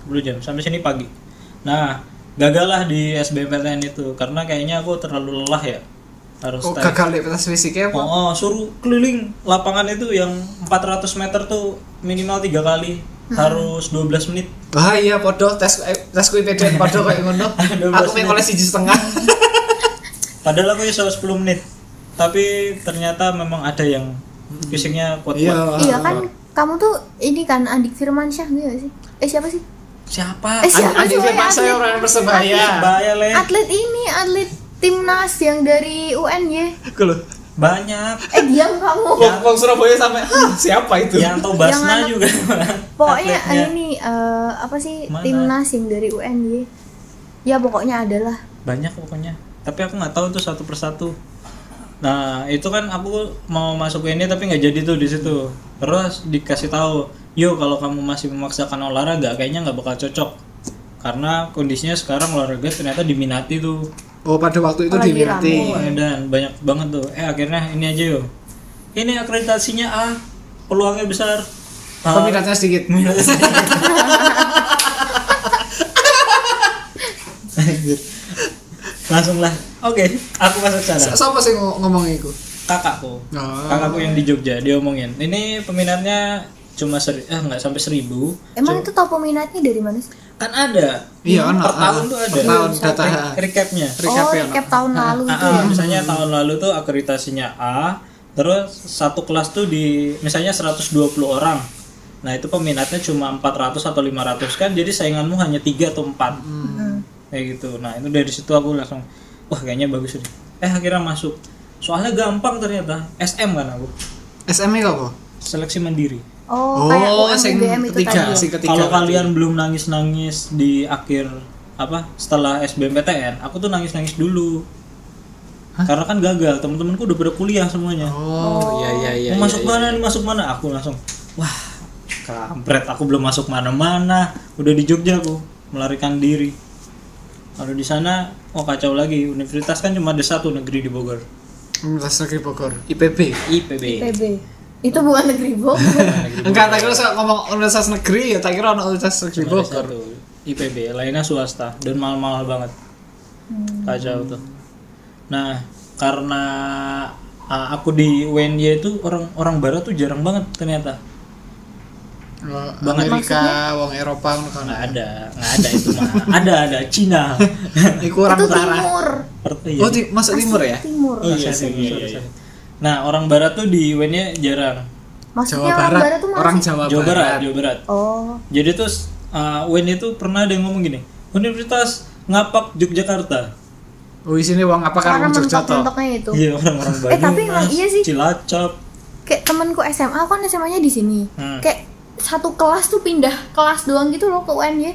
sepuluh jam sampai sini pagi. Nah, gagal lah di S B M P T N itu karena kayaknya aku terlalu lelah ya. Harus Oh, tarik. gagal di tes fisiknya apa? Oh, oh, suruh keliling lapangan itu yang empat ratus meter tuh minimal tiga kali. Harus dua belas menit. Wah iya podo tes tes ku I P D N podo kayak ngono. Aku pengen oleh siji setengah. Padahal aku iso sepuluh menit. Tapi ternyata memang ada yang fisiknya kuat-kuat. Iya. Iya kan kamu tuh ini kan Andik Firmansyah gitu sih? Eh siapa sih? Siapa? Eh, siapa Anjing sih, Firman saya atlet? orang Persebaya. Bahaya le. Atlet ini, atlet timnas yang dari U N Y. Kalau Banyak. Eh diam kamu. Wong wong Surabaya sampai "Hah, siapa itu?" Yang tahu Basna Yang anak- juga. Pokoknya Atletnya. ini eh, apa sih Mana? timnas yang dari U N Y. Ya pokoknya adalah. Banyak pokoknya. Tapi aku nggak tahu tuh satu persatu. Nah itu kan aku mau masuk ke ini tapi nggak jadi tuh di situ. Terus dikasih tahu, yo kalau kamu masih memaksakan olahraga kayaknya nggak bakal cocok. Karena kondisinya sekarang olahraga ternyata diminati tuh. Oh, pada waktu itu Oh, lagi diminati. rame. Dan banyak banget tuh. Eh akhirnya ini aja yo. Ini akreditasinya A, peluangnya besar. A, Peminatnya sedikit. minatnya sedikit. Anjir. Langsung lah. Oke, aku masuk sana. Siapa sih ngo- ngomong iku? Kakakku. Oh. Kakakku yang di Jogja dia omongin. Ini peminatnya cuma seri, eh nggak sampai seribu. Emang Cuma- itu tahu peminatnya dari mana sih? kan ada. Iya, per ono. tahun ah, tuh ada. Per tahun Iya, data. Re- recapnya. Recap Oh, ya, recap no? tahun lalu Ah, itu ah, ya. misalnya tahun lalu tuh akreditasinya A, terus satu kelas tuh di misalnya seratus dua puluh orang. Nah, itu peminatnya cuma empat ratus atau lima ratus kan, jadi sainganmu hanya tiga atau empat. Hmm. Kayak gitu. Nah, itu dari situ aku langsung wah, kayaknya bagus nih. Eh, akhirnya masuk. Soalnya gampang ternyata. S M kan aku. S M nya apa? Seleksi mandiri. Oh, kayak U M sing U G M itu ketiga, tadi. si ya? ketiga. Kalau kalian belum nangis-nangis di akhir apa setelah S B M P T N, aku tuh nangis-nangis dulu. Hah? Karena kan gagal, teman-temanku udah pada kuliah semuanya. Oh, iya iya iya. mau masuk iya, mana iya. nih, masuk mana? Aku langsung, wah, kampret, aku belum masuk mana-mana. Udah di Jogja aku, melarikan diri. Kalau di sana, oh kacau lagi. Universitas kan cuma ada satu negeri di Bogor, Universitas Negeri Bogor, I P B. I P B. I P B. Itu bukan negeri Bogor. Enggak, tak kira saya ngomong universitas negeri ya, tak kira ono universitas negeri Cuma ada Bogor. satu, I P B, lainnya swasta dan mahal-mahal banget. Kacau tuh. Nah, karena uh, aku di U N Y itu orang orang barat tuh jarang banget ternyata. Oh, Banget. Amerika, wong Eropa ngono kan. Nggak ada, nggak ada itu mah. Ada ada Cina. Iku orang Itu utara. timur. Per- iya. Oh, di, masuk timur ya? Timur. Oh, iya, Sorry, iya, sorry, iya. sorry. Nah, orang barat tuh di U N Y jarang. Maksudnya Jawa orang Barat. barat tuh mana Orang sih? Jawa, Jawa Barat, Barat. Jawa Barat. Oh. Jadi tuh uh, U N Y itu pernah ada yang ngomong gini, Universitas Ngapak Yogyakarta. Oh, di sini wong apa kan Karena wong Jogja toh. mentok-mentoknya itu. Iya, orang-orang Banyumas. Eh, tapi emang iya sih. Cilacap. Kayak temanku S M A kan S M A-nya di sini. Hmm. Kayak satu kelas tuh pindah kelas doang gitu loh ke U N Y.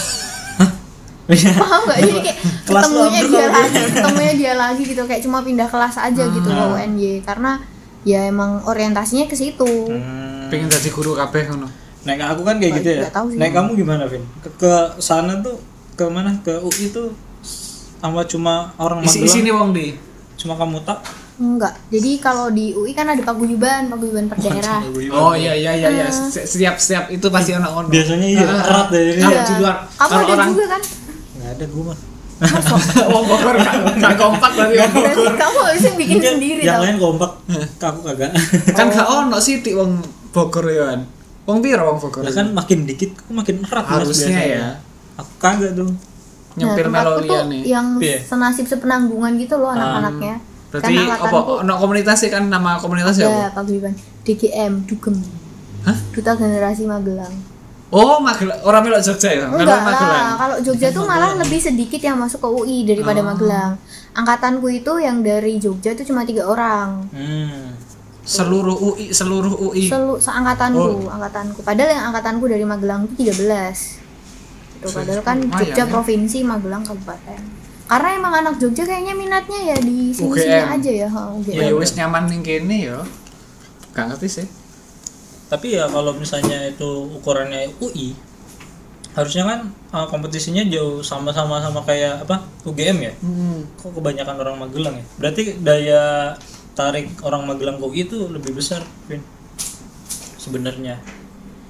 Paham gak? Jadi kayak Kelas ketemunya lo dia ambil lagi, ketemunya dia lagi gitu kayak cuma pindah kelas aja gitu ke Hmm. U N Y karena ya emang orientasinya ke situ. Hmm. Pengen jadi guru kabeh ngono. Naik aku kan kayak Oh, gitu ya. nggak tahu sih. Naik kamu gimana, Vin? Ke, ke sana tuh ke mana? Ke U I tuh sama cuma orang Isi Magelang. sini wong di. Cuma kamu tak. Enggak. Jadi kalau di U I kan ada paguyuban, paguyuban per daerah. Oh iya iya iya iya. Setiap setiap itu pasti ono ngono. Biasanya iya Ah, erat dari Kalau Iya. di luar, Kamu kalau ada orang- juga kan? Enggak ada gua mah. wong Bogor kan enggak kompak berarti wong Berarti Bogor. kamu harusnya bikin Mungkin sendiri yang tau. lain kompak, aku kagak. Kan gak ono sithik wong Bogor ya kan. Wong piro wong Bogor? Lah kan makin dikit aku makin erat Mas, Harusnya biasanya. ya. Aku kagak tuh. Nyempil Nah, tempatku melolian tuh nih. yang Iya. senasib sepenanggungan gitu loh anak-anaknya. Berarti Kan apa angkatanku ono komunitas sih kan nama komunitasnya apa? ada paguyuban D G M Dugem. Hah? Duta Generasi Magelang. Oh, Magelang. Orang melok Jogja ya? Melok Enggak Magelang. lah, kalau Jogja tuh malah lebih sedikit yang masuk ke U I daripada Oh. Magelang. Angkatanku itu yang dari Jogja itu cuma tiga orang. Hmm. Seluruh U I, seluruh U I. Selu seangkatanku, Oh. angkatanku. Padahal yang angkatanku dari Magelang itu tiga belas. Itu padahal kan Lumayan Jogja ya. provinsi, Magelang kabupaten. Karena emang anak Jogja kayaknya minatnya ya di U sini-sini G M. aja ya, ha, U G M. Ya wis nyaman ning kene ya. Gak ngerti sih. Tapi ya kalau misalnya itu ukurannya U I, harusnya kan uh, kompetisinya jauh sama-sama sama kayak apa U G M ya. Hmm. Kok kebanyakan orang Magelang ya? Berarti daya tarik orang Magelang ke U I itu lebih besar, Vin. Sebenarnya.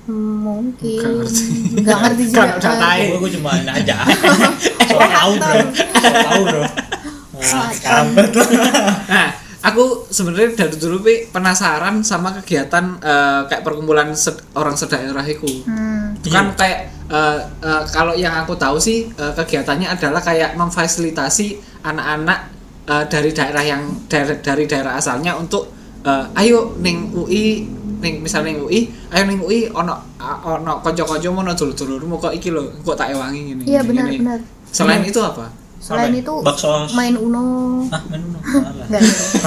Hmm, mungkin Nggak ngerti. nggak ngerti juga Kan udah kan. tahu. gue gue cuma aja so tahu bro so tahu bro wah kampret lo. Nah, aku sebenarnya dari dulu Pi, penasaran sama kegiatan eh, kayak perkumpulan sed- orang sedaerah itu. Hmm. Itu kan kayak eh, eh, kalau yang aku tahu sih eh, kegiatannya adalah kayak memfasilitasi anak-anak eh, dari daerah yang dari, dari daerah asalnya untuk eh, ayo ning U I ning misalnya ning U I, ayo ning U I ono a- ono kanca-kanca mono dulur-dulurmu kok iki lho, kok tak ewangi ngene. Iya ngene, benar ngene. benar. Selain itu apa? Selain Apa ya? itu Bakso. main Uno. ah main Uno salah Enggak.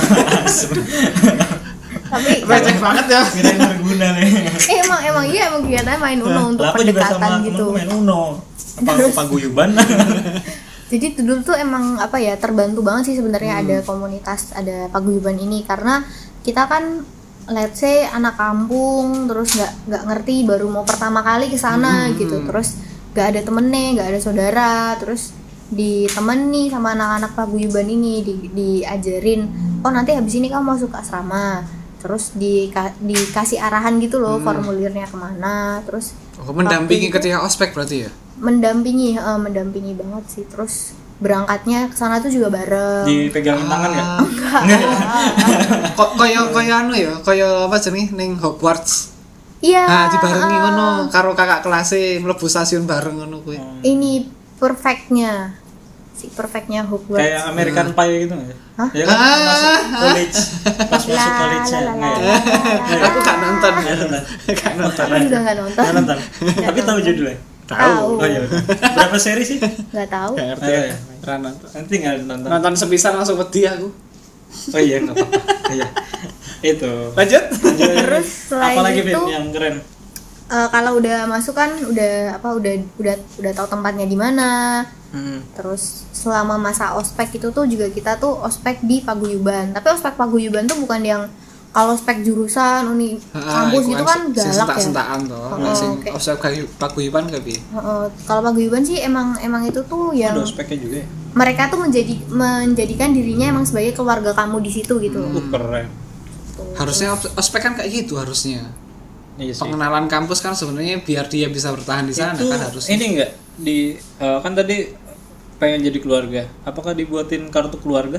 Tapi Receh banget ya. kira berguna nih eh, emang emang iya emang kegiatannya main Uno untuk lah aku juga sama pendekatan gitu. temanku main Uno apa paguyuban Jadi dulu tuh emang apa ya terbantu banget sih sebenarnya Hmm. ada komunitas, ada paguyuban ini karena kita kan let's say anak kampung terus nggak nggak ngerti baru mau pertama kali ke sana Hmm. gitu, terus nggak ada temennya, nggak ada saudara, terus ditemani sama anak-anak paguyuban ini di, diajarin oh nanti habis ini kamu masuk ke asrama, terus di, dikasih arahan gitu loh Hmm. formulirnya kemana, terus Oh, mendampingi waktu itu- ketika ospek berarti ya? mendampingi eh, mendampingi banget sih, terus berangkatnya ke sana tuh juga bareng. dipegangin tangan ya Kok koyo koyo anu ya, koyo apa jenenge ning Hogwarts. Iya. Nah, dibarengi ah, ngono karo kakak kelasé mlebu stasiun bareng ngono kuwi. Ini perfectnya, si perfectnya Hogwarts. kayak American Pie gitu nggak ya? Hah? Ya kan Ah. masuk college pas masuk La, college-nya la, la, nggak ya? la. Aku gak nonton. Nggak nonton. Gak nonton. Aku juga nggak nonton. Nggak nonton. Tapi tahu judulnya. Tahu. Oh iya. Berapa seri sih? Nggak tahu. Gak ngerti Ayo, ya. ya. Ra nonton. Nanti nggak nonton. Nonton sepisan langsung wedi aku. Oh iya nggak apa-apa. Iya. Itu. Lanjut. Terus selain Apalagi itu, film yang keren? eh, kalau udah masuk kan udah apa udah udah udah tahu tempatnya di mana. Hmm. Terus selama masa ospek itu tuh juga kita tuh ospek di paguyuban. Tapi ospek paguyuban tuh bukan yang kalau ospek jurusan uni kampus itu kan galak ya. Sentak-sentakan toh. Oh, Sing oke. ospek paguyuban ka piye? Heeh, kalau paguyuban sih emang emang itu tuh yang Ada ospeknya juga ya? mereka tuh menjadi menjadikan dirinya emang sebagai keluarga kamu di situ gitu. Uh, keren. Harusnya os- ospek kan kayak gitu harusnya. Iya sih. Pengenalan kampus kan sebenarnya biar dia bisa bertahan di sana Itu kan harusnya. ini enggak di eh, kan tadi pengen jadi keluarga. Apakah dibuatin kartu keluarga?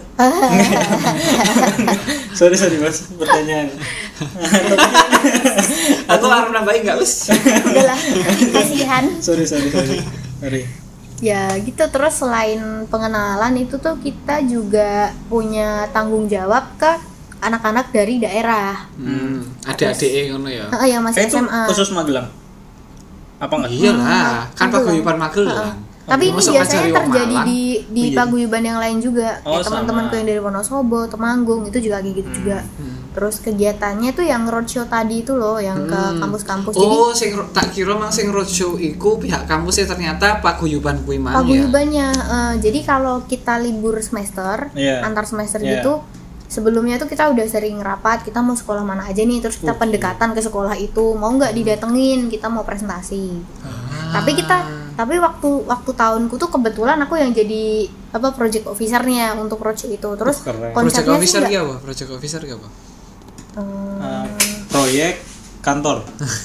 sorry sorry mas, pertanyaan. Atau harus nambahin enggak, Wis? Udahlah, kasihan. sorry sorry sorry. Sorry. Ya gitu, terus selain pengenalan itu tuh kita juga punya tanggung jawab ke anak-anak dari daerah. Hmm, adik-adik ngono ya. Heeh, yang masih Eh, itu S M A. khusus Magelang. Apa enggak? Iyalah, kan Magelang. paguyuban Magelang. Tapi ini Masuk biasanya ngajari wong terjadi Malang. di di Iya. paguyuban yang lain juga. Oh, Kayak teman-temanku sama. yang dari Wonosobo, Temanggung itu juga kayak gitu juga. Terus kegiatannya tuh yang roadshow tadi itu loh, yang ke kampus-kampus. Jadi Oh, sing ro- tak kira mang sing roadshow iku pihak kampusnya ternyata paguyuban kuwi mang ya. paguyubannya eh, jadi kalau kita libur semester, Iya. antar semester Iya. gitu, sebelumnya tuh kita udah sering rapat, kita mau sekolah mana aja nih, terus kita pendekatan ke sekolah itu, mau nggak didatengin, kita mau presentasi. Ah. Tapi kita tapi waktu waktu tahunku tuh kebetulan aku yang jadi apa project officernya untuk roadshow itu. Terus Oh, keren. Project konsepnya sih officer nggak- ki apa? Project officer ki apa? eh, Eh, proyek kantor.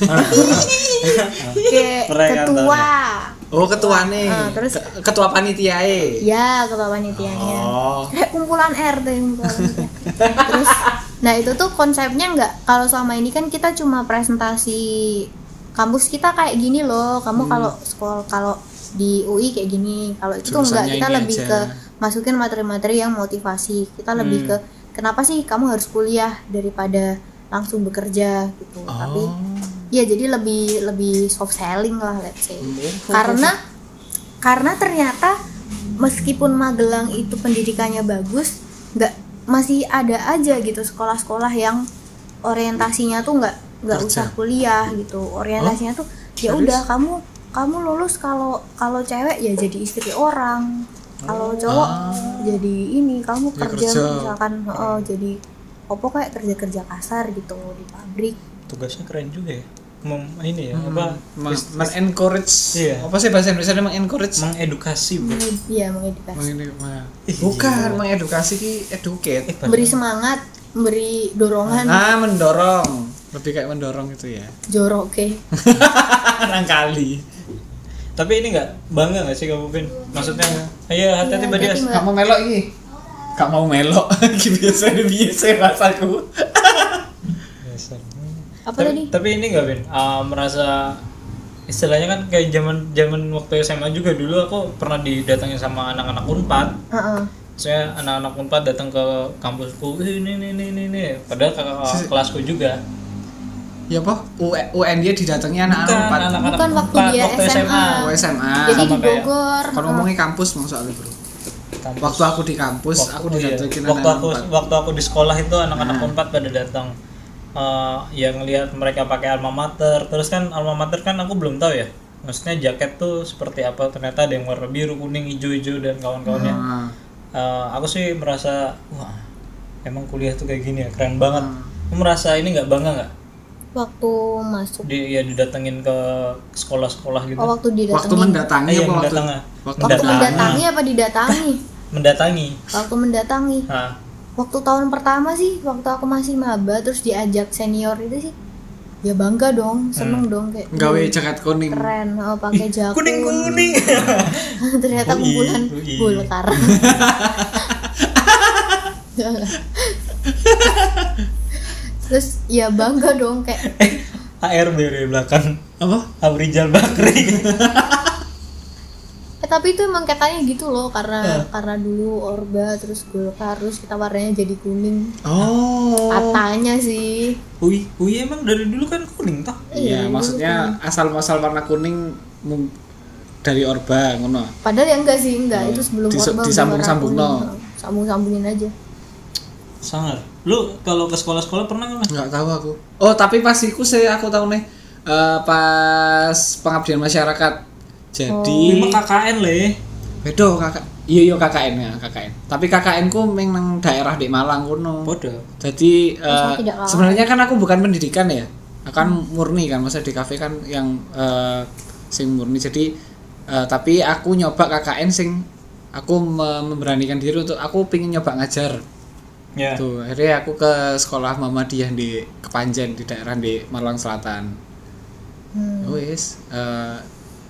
kayak Proyek ketua. Oh, ketuane. Ah, terus- Ke- ketua panitiae. Ya, ketua panitianya. Oh. Kayak kumpulan R T kumpulan R T. Terus nah itu tuh konsepnya nggak, kalau selama ini kan kita cuma presentasi kampus kita kayak gini loh, kamu kalau sekolah kalau di U I kayak gini, kalau itu tuh enggak, Jurusannya kita ini lebih aja. ke masukin materi-materi yang motivasi, kita lebih ke kenapa sih kamu harus kuliah daripada langsung bekerja gitu. Tapi ya jadi lebih lebih soft selling lah let's say. Karena karena ternyata meskipun Magelang itu pendidikannya bagus, nggak masih ada aja gitu sekolah-sekolah yang orientasinya tuh nggak nggak Kerja. usah kuliah gitu, orientasinya tuh ya udah kamu kamu lulus kalau kalau cewek ya jadi istri orang, kalau cowok jadi ini kamu Ya, kerja, kerja. misalkan oh, jadi opo kayak kerja-kerja kasar gitu di pabrik. Tugasnya keren juga ya. Mem, ini ya, Hmm, apa? Men- men-encourage. Iya. Apa sih bahasa Indonesia men-encourage? Mengedukasi, Bro. Iya, mengedukasi, Mengedi- meng- Bukan, mengedukasi ki educate. memberi semangat, memberi dorongan. Ah, mendorong. lebih kayak mendorong gitu ya. Jorok oke. Barangkali. Tapi ini nggak bangga nggak sih kamu Vin? Maksudnya, ayo hati-hati Iya, Mbak Dias. hati-hati, Mbak. Gak mau melok iki. Gak mau melok. Iki biasa biasa rasaku. Apa tapi, tadi? tapi ini nggak Vin? Uh, merasa istilahnya kan kayak zaman zaman waktu S M A juga dulu aku pernah didatangin sama anak-anak Unpad. Heeh. Saya anak-anak Unpad datang ke kampusku, "Eh, ini ini ini ini." Padahal kakak kelasku juga. Ya apa? U N dia didatangi anak-anak Bukan, Unpad. anak-anak Bukan waktu Unpad, dia S M A. Oh, S M A. Jadi Sama di kayak- Bogor. Kalau ngomongin kampus mau soalnya bro. Kampus. Waktu aku di kampus, Waktu- aku oh iya. didatengin waktu anak-anak aku Unpad. waktu aku di sekolah itu anak-anak Nah. Unpad pada datang. Eh, ya ngelihat mereka pakai alma mater, terus kan alma mater kan aku belum tahu ya. Maksudnya jaket tuh seperti apa, ternyata ada yang warna biru, kuning, hijau-hijau dan kawan-kawannya. Ah. Eh, aku sih merasa wah emang kuliah tuh kayak gini ya, keren banget. Hmm. Kamu merasa ini nggak bangga nggak? Waktu masuk. Di ya didatengin ke sekolah-sekolah gitu. Oh, waktu didatangi. Waktu mendatangi Eh, iya, apa waktu? mendatangi. Waktu Waktu mendatangi. mendatangi apa didatangi? Mendatangi. Waktu mendatangi. Nah, Waktu tahun pertama sih, waktu aku masih maba terus diajak senior itu sih. Ya bangga dong, seneng dong kayak. gawe "Wih, jaket kuning. keren, oh, pakai jakun. kuning-kuning. Ternyata Oh, iya, kumpulan oh, iya. Golkar. Terus ya bangga dong kayak A R B dari belakang. Apa? Abrijal Bakri. eh tapi itu emang katanya gitu loh karena Eh. karena dulu Orba terus Golkar terus kita warnanya jadi kuning. Oh. Katanya sih. Ui, Ui emang dari dulu kan kuning toh. Iya, dulu maksudnya asal-masal warna kuning mung- dari Orba ngono. Padahal ya enggak sih, enggak. Oh, Itu sebelum disu- Orba. disambung-sambung, no. Sambung-sambungin aja. Sangar. Lu kalau ke sekolah-sekolah pernah nggak? Mas? Nggak tahu aku. Oh, tapi pas iku sih aku tahu nih eh, pas pengabdian masyarakat. Jadi Lima K K N le. bedo kakak. Iya iya K K N ya, K K N. Tapi K K N ku meng nang daerah di Malang kono. Bodoh. Jadi eh, saya tidak kalah. sebenarnya kan aku bukan pendidikan ya. Akan murni kan, masa di kafe kan yang eh, sing murni. Jadi eh, tapi aku nyoba K K N sing aku me- memberanikan diri untuk aku pengen nyoba ngajar. Ya. Tuh, akhirnya aku ke sekolah Muhammadiyah di Kepanjen di daerah di Malang Selatan. Hmm. Wes, eh,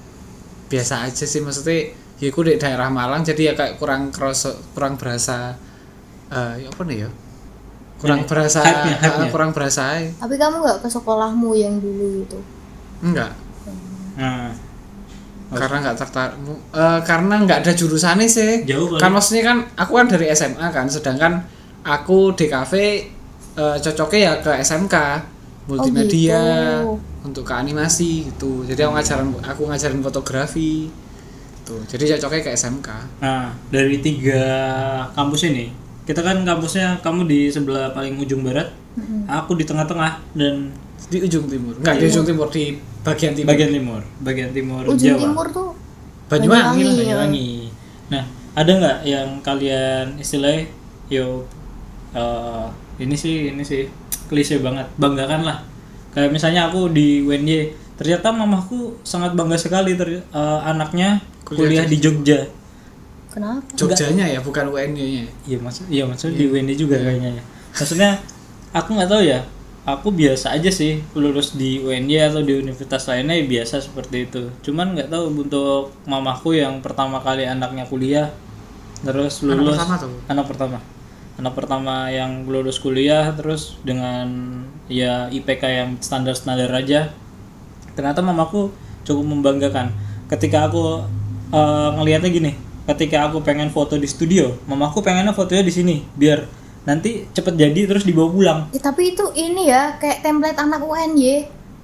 biasa aja sih maksudnya. Ya aku di daerah Malang jadi ya kayak kurang kerasa, kurang berasa eh ya apa nih ya? Kurang Ini, berasa, hype-nya, eh, hype-nya. kurang berasa. aja. Tapi kamu nggak ke sekolahmu yang dulu itu? Enggak, Nah, karena nggak tertarik. Eh, karena nggak ada jurusannya sih. Jauh kali. Kan maksudnya kan aku kan dari S M A kan, sedangkan aku di kafe eh, cocoknya ya ke S M K multimedia gitu. untuk ke animasi gitu. Jadi aku ngajarin aku ngajarin fotografi. Tuh, jadi cocoknya ke S M K. nah dari tiga kampus ini, kita kan kampusnya kamu di sebelah paling ujung barat, aku di tengah-tengah dan Di ujung timur. Enggak, di ujung timur di bagian timur. bagian timur, bagian timur Ujung Jawa. timur tuh Banyuwangi lah. Banyuwangi. Banyuwangi. Nah, ada nggak yang kalian istilahnya yo eh, ini sih ini sih klise banget, banggakan lah. Kayak misalnya aku di U N Y, ternyata mamaku sangat bangga sekali ter, eh, anaknya Kuliah kuliah, di Jogja. kenapa? Jogjanya ya, bukan U N Y-nya. Iya maksud, iya maksudnya di U N Y juga kayaknya ya. Maksudnya aku nggak tahu ya. Aku biasa aja sih lulus di U N Y atau di universitas lainnya ya biasa seperti itu. Cuman nggak tahu untuk mamaku yang pertama kali anaknya kuliah terus Anak lulus pertama tuh? anak pertama anak pertama yang lulus kuliah terus dengan ya I P K yang standar-standar aja. Ternyata mamaku cukup membanggakan. Ketika aku eh, ngelihatnya gini, ketika aku pengen foto di studio, mamaku pengennya fotonya di sini biar nanti cepet jadi terus dibawa pulang. Eh, tapi itu ini ya kayak template anak U N Y,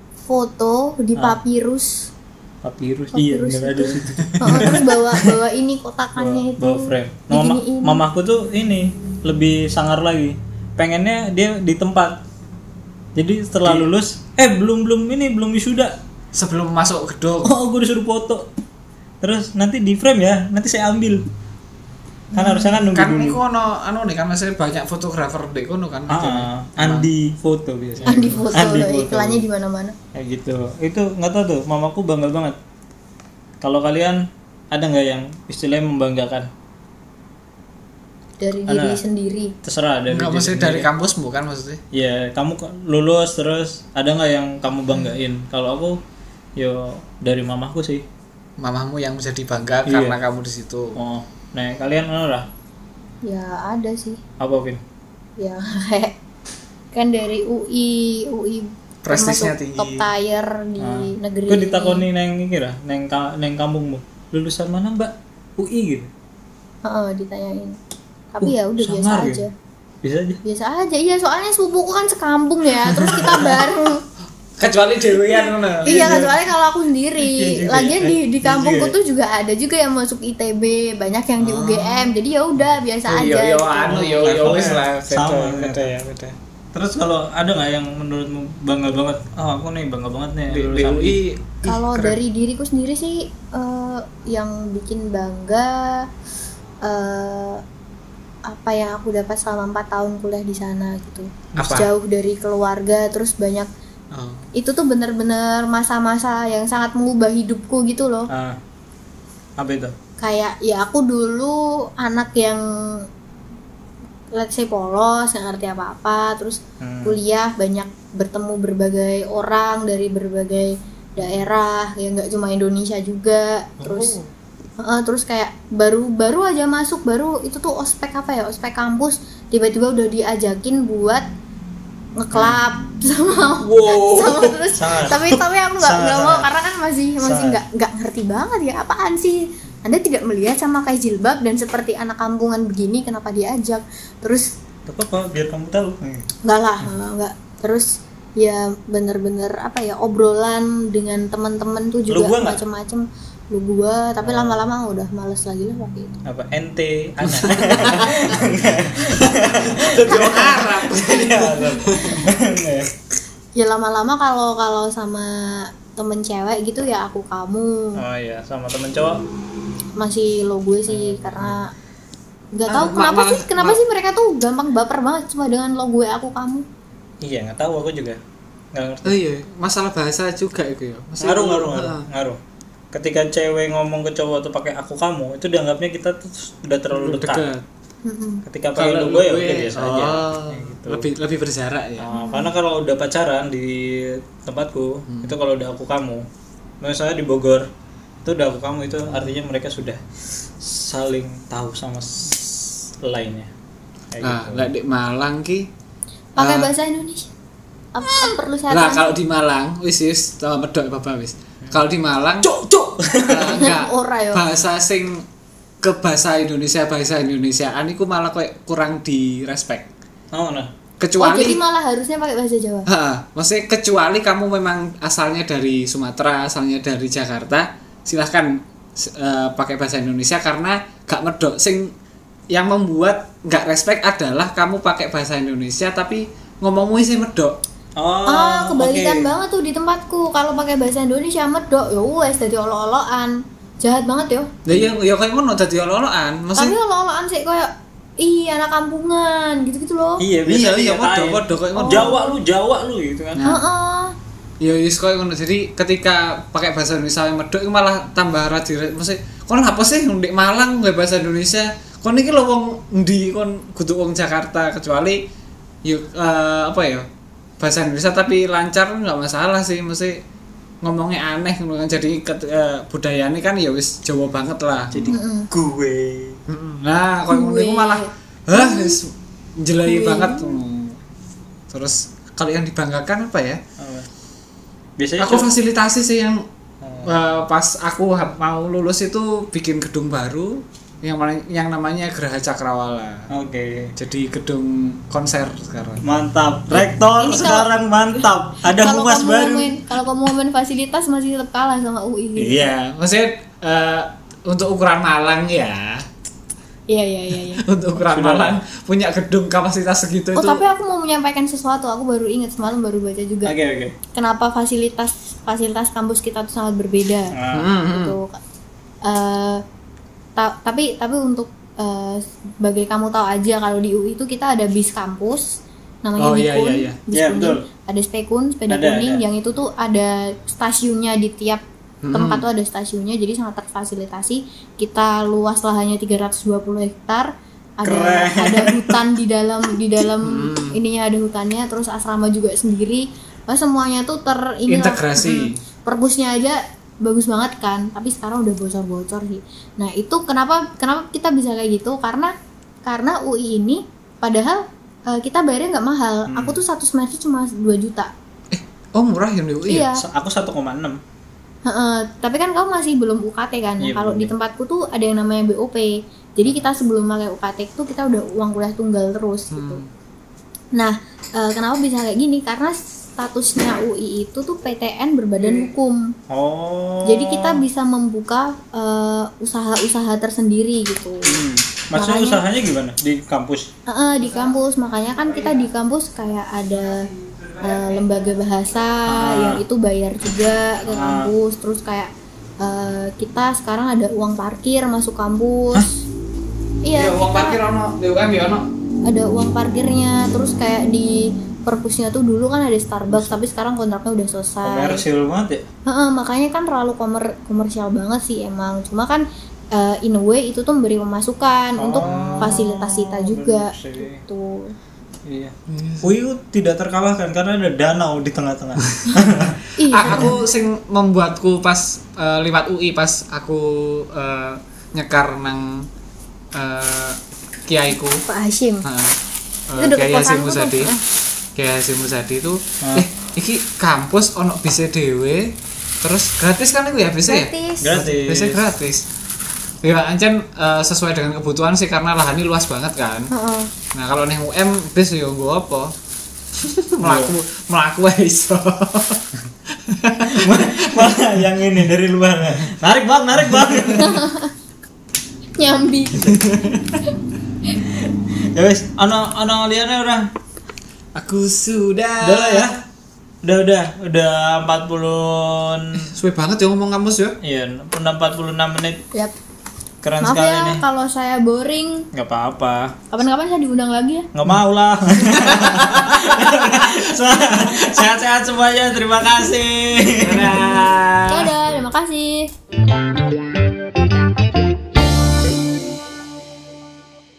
foto di Ah. papirus. Papirus, iya Papirus bener ada itu. situ. Oh, terus bawa bawa ini kotakannya Bawa, itu. bawa frame. Nah, mama, Diginiin. mamaku tuh ini lebih sangar lagi. Pengennya dia di tempat. Jadi setelah Di- lulus, eh belum belum ini belum wisuda. Sebelum masuk gedung. Oh, gue disuruh foto. Terus nanti di frame ya, nanti saya ambil. Kan harusnya kan nunggu Kan dulu. iku ono anu nih kan masih banyak fotografer di kono kan. Ah, Andi foto biasanya. Andi foto, Andi loh, foto. iklannya di mana-mana. Kayak gitu. Itu nggak tahu tuh, mamaku bangga banget. Kalau kalian ada nggak yang istilahnya membanggakan? dari Ana, diri sendiri. terserah dari Enggak diri maksudnya sendiri. dari kampus bukan maksudnya. Ya kamu ke- lulus terus ada nggak yang kamu banggain? Kalau aku yo dari mamaku sih. Mamamu yang menjadi bangga Iya. karena kamu di situ. Oh, nah kalian mana lah? Ya ada sih. Apa Vin? Ya kayak kan dari U I, U I Prestisnya termasuk tinggi. top tier di Ah. negeri Gue ini. ditakoni neng iki lah, neng ka, neng kampungmu. Lulusan mana Mbak? U I gitu. Heeh, ditanyain. Tapi Uh, ya udah biasa sangar aja. ya? Bisa aja. Biasa aja. Iya, soalnya sepupuku kan sekampung ya. Terus kita bareng. Kecuali dewean ngono. Iya, kecuali kalau aku sendiri. Iya juga Lagian ya. di di Iya kampungku juga. tuh juga ada juga yang masuk I T B, banyak yang di U G M. Jadi ya udah biasa Oh, aja. iya iya gitu. anu yo yo wis lah Sama, beda beda ya beda. Terus kalau ada nggak yang menurutmu bangga banget? Oh aku nih bangga banget nih Di lulusan U I Kalau dari diriku sendiri sih eh, yang bikin bangga eh, apa yang aku dapat selama empat tahun kuliah di sana gitu. Terus Apa? jauh dari keluarga, terus banyak Oh. itu tuh bener-bener masa-masa yang sangat mengubah hidupku gitu loh. Ah, apa itu? Kayak ya aku dulu anak yang let's say polos, nggak ngerti apa-apa, terus Hmm. kuliah banyak bertemu berbagai orang dari berbagai daerah, ya nggak cuma Indonesia juga, terus Oh. uh, terus kayak baru baru aja masuk, baru itu tuh ospek apa ya, ospek kampus, tiba-tiba udah diajakin buat ngeklap sama Wow. sama terus Sangat. tapi tapi aku nggak Sangat, nggak mau sangat. karena kan masih masih Sangat. nggak nggak ngerti banget ya apaan sih Anda tidak melihat sama kayak jilbab dan seperti anak kampungan begini kenapa diajak, terus Gak apa-apa biar kamu tahu. nggak lah nggak nggak. Terus ya bener-bener apa ya, obrolan dengan teman-teman tuh Lu juga gua nggak? macem-macem lu gua tapi Oh. lama-lama udah males lagi lah pakai itu. Apa ente anak? Jadi orang Arab. Ya lama-lama kalau kalau sama temen cewek gitu ya aku kamu, Oh iya, sama temen cowok. masih lo gue sih karena nggak tahu Ah, ma- kenapa malah- sih kenapa ma- sih mereka tuh gampang baper banget cuma dengan lo gue aku kamu. Iya, nggak tahu aku juga. Nggak ngerti. Oh iya, masalah bahasa juga itu ya. Maksudnya- Ngaruh, ngaruh, ngaruh, Ah. ngaruh. Ketika cewek ngomong ke cowok tuh pakai aku kamu, itu dianggapnya kita tuh udah terlalu dekat. Dekat. Mm-mm. Ketika pakai lu gue ya oke biasa aja. Oh, Kayak gitu. lebih lebih berjarak ya. Nah, karena kalau udah pacaran di tempatku, Hmm. itu kalau udah aku kamu, misalnya di Bogor, itu udah aku kamu itu artinya mereka sudah saling tahu sama s- lainnya. Kayak Nah, gitu. lah di Malang ki Pakai ah, bahasa Indonesia. Apa, apa perlu saya Lah tanya? kalau di Malang wis wis tau medok Bapak wis. Kalau di Malang Cuk, cuk. eh, enggak Ora yo. bahasa sing ke bahasa Indonesia bahasa Indonesiaan iku malah kayak kurang di respect. Oh, nah. Oh, Kecuali jadi malah harusnya pakai bahasa Jawa. Ha, maksudnya kecuali kamu memang asalnya dari Sumatera, asalnya dari Jakarta, silahkan eh, pakai bahasa Indonesia karena gak medok. Sing yang membuat gak respect adalah kamu pakai bahasa Indonesia tapi ngomongmu sih medok. Oh, Ah, kebalikan oke. banget tuh di tempatku. Kalau pakai bahasa Indonesia medok, ya wes dadi olo-oloan. Jahat banget yo. Lah ya ya kayak ngono dadi olo-oloan. Tapi Maksudnya olo-oloan sih kayak ih anak kampungan gitu-gitu loh. Iya, Iya, biasa iya, dikatain. podo, podo, kayak ngono. Jawa lu, Jawa lu gitu kan. Nah. Heeh. ya wis koyo ngono. Jadi ketika pakai bahasa Indonesia yang medok itu malah tambah radi maksudnya kon apa sih ndek Malang nggak bahasa Indonesia? Kon iki lho wong endi kon kudu wong Jakarta kecuali yuk eh, apa ya? Bahasa Indonesia tapi lancar nggak masalah sih, mesti ngomongnya aneh ngono kan. Jadi ket- eh, budayane kan ya wis Jawa banget lah. Jadi gue. Mm-mm. Nah, koyo ngono Gue. iku malah hah wis jelai Gue. banget. Hmm. Terus kalau yang dibanggakan apa ya? Apa? Biasanya Aku cowok- fasilitasi sih yang Oh. uh, pas aku ha- mau lulus itu bikin gedung baru yang mana- yang namanya Geraha Cakrawala. Oke. Jadi gedung konser sekarang. Mantap. Rektor Ini kalau- sekarang mantap. Ada Kalau humas kamu baru. ngomongin kalau kamu ngomongin fasilitas masih tetap kalah sama U I. gitu. Iya, maksudnya uh, untuk ukuran Malang ya, Iya iya iya iya. untuk ukuran Sudah. Malang punya gedung kapasitas segitu Oh itu. tapi aku mau menyampaikan sesuatu. Aku baru ingat semalam baru baca juga. Oke, oke. Kenapa fasilitas fasilitas kampus kita tuh sangat berbeda. Nah, Hmm, hmm. Gitu. Eh, ta- tapi tapi untuk eh, sebagai kamu tahu aja kalau di U I itu kita ada bis kampus namanya Oh, iya, Bikun, iya, iya. bis Iya, kuning. betul. Ada spekun sepeda Ada, kuning ada. yang itu tuh ada stasiunnya di tiap Hmm. tempat tuh ada stasiunnya, jadi sangat terfasilitasi. Kita luas lahannya tiga ratus dua puluh hektar, ada Keren. ada hutan di dalam di dalam ininya, ada hutannya, terus asrama juga sendiri. Wah, semuanya tuh ter ini lah. Integrasi. Mm, perpusnya aja bagus banget kan, tapi sekarang udah bocor-bocor sih. Nah itu kenapa kenapa kita bisa kayak gitu, karena karena U I ini padahal uh, kita bayarnya nggak mahal. Hmm. Aku tuh satu semester cuma dua juta. Eh, oh murah yang di U I ya? Iya. So, aku satu koma enam. Heeh, tapi kan kamu masih belum U K T kan. Iya, Kalau belum. di tempatku tuh ada yang namanya B O P. Jadi kita sebelum pakai U K T itu kita udah uang kuliah tunggal terus gitu. Hmm. Nah, uh, kenapa bisa kayak gini? Karena statusnya U I itu tuh P T N berbadan hukum. Oh. Jadi kita bisa membuka uh, usaha-usaha tersendiri gitu. Hmm. Maksudnya Makanya- usahanya gimana di kampus? Uh, di kampus, makanya kan kita di kampus kayak ada uh, lembaga bahasa Ah. yang itu bayar juga ke Ah. kampus. Terus kayak uh, kita sekarang ada uang parkir masuk kampus. Iya, uang kita parkir ono, di U M ya ono. ada uang parkirnya. Terus kayak di perpusnya tuh dulu kan ada Starbucks, tapi sekarang kontraknya udah selesai. Komersil banget ya? Heeh, makanya kan terlalu komer komersial banget sih emang. Cuma kan uh, in a way itu tuh memberi pemasukan untuk fasilitas kita juga bener sih. gitu. Iya. U I tidak terkalahkan karena ada danau di tengah-tengah. Iya, A- aku sing membuatku pas eh, liwat U I pas aku eh, nyekar nang eh, kiaiku. Pak Hashim. Heeh. Itu Eh, deket Kiai Hasyim kosanku tuh. Muzadi. Eh. Kiai Hasyim Muzadi itu Ah. eh iki kampus ono bis dhewe terus gratis kan itu ya bis ya? Gratis. Gratis. Bis gratis. Ya ancen eh, sesuai dengan kebutuhan sih karena lahannya luas banget kan. Heeh. Nah kalau ning U M bis yo nggo apa? melaku melaku wae iso. Malah yang ini dari luar. Narik bang, narik bang. Nyambi. Ya wes, ana ana liane ora. Aku sudah. Udah lah ya. Udah udah udah empat puluh. Suwe banget ya ngomong kampus ya. Iya, udah empat puluh enam menit. Yap. Keren Maaf sekali ya nih. kalau saya boring. Enggak apa-apa. Kapan-kapan saya diundang lagi ya. Nggak mau lah. Sehat-sehat semuanya. Terima kasih. Dadah. Dadah, terima kasih.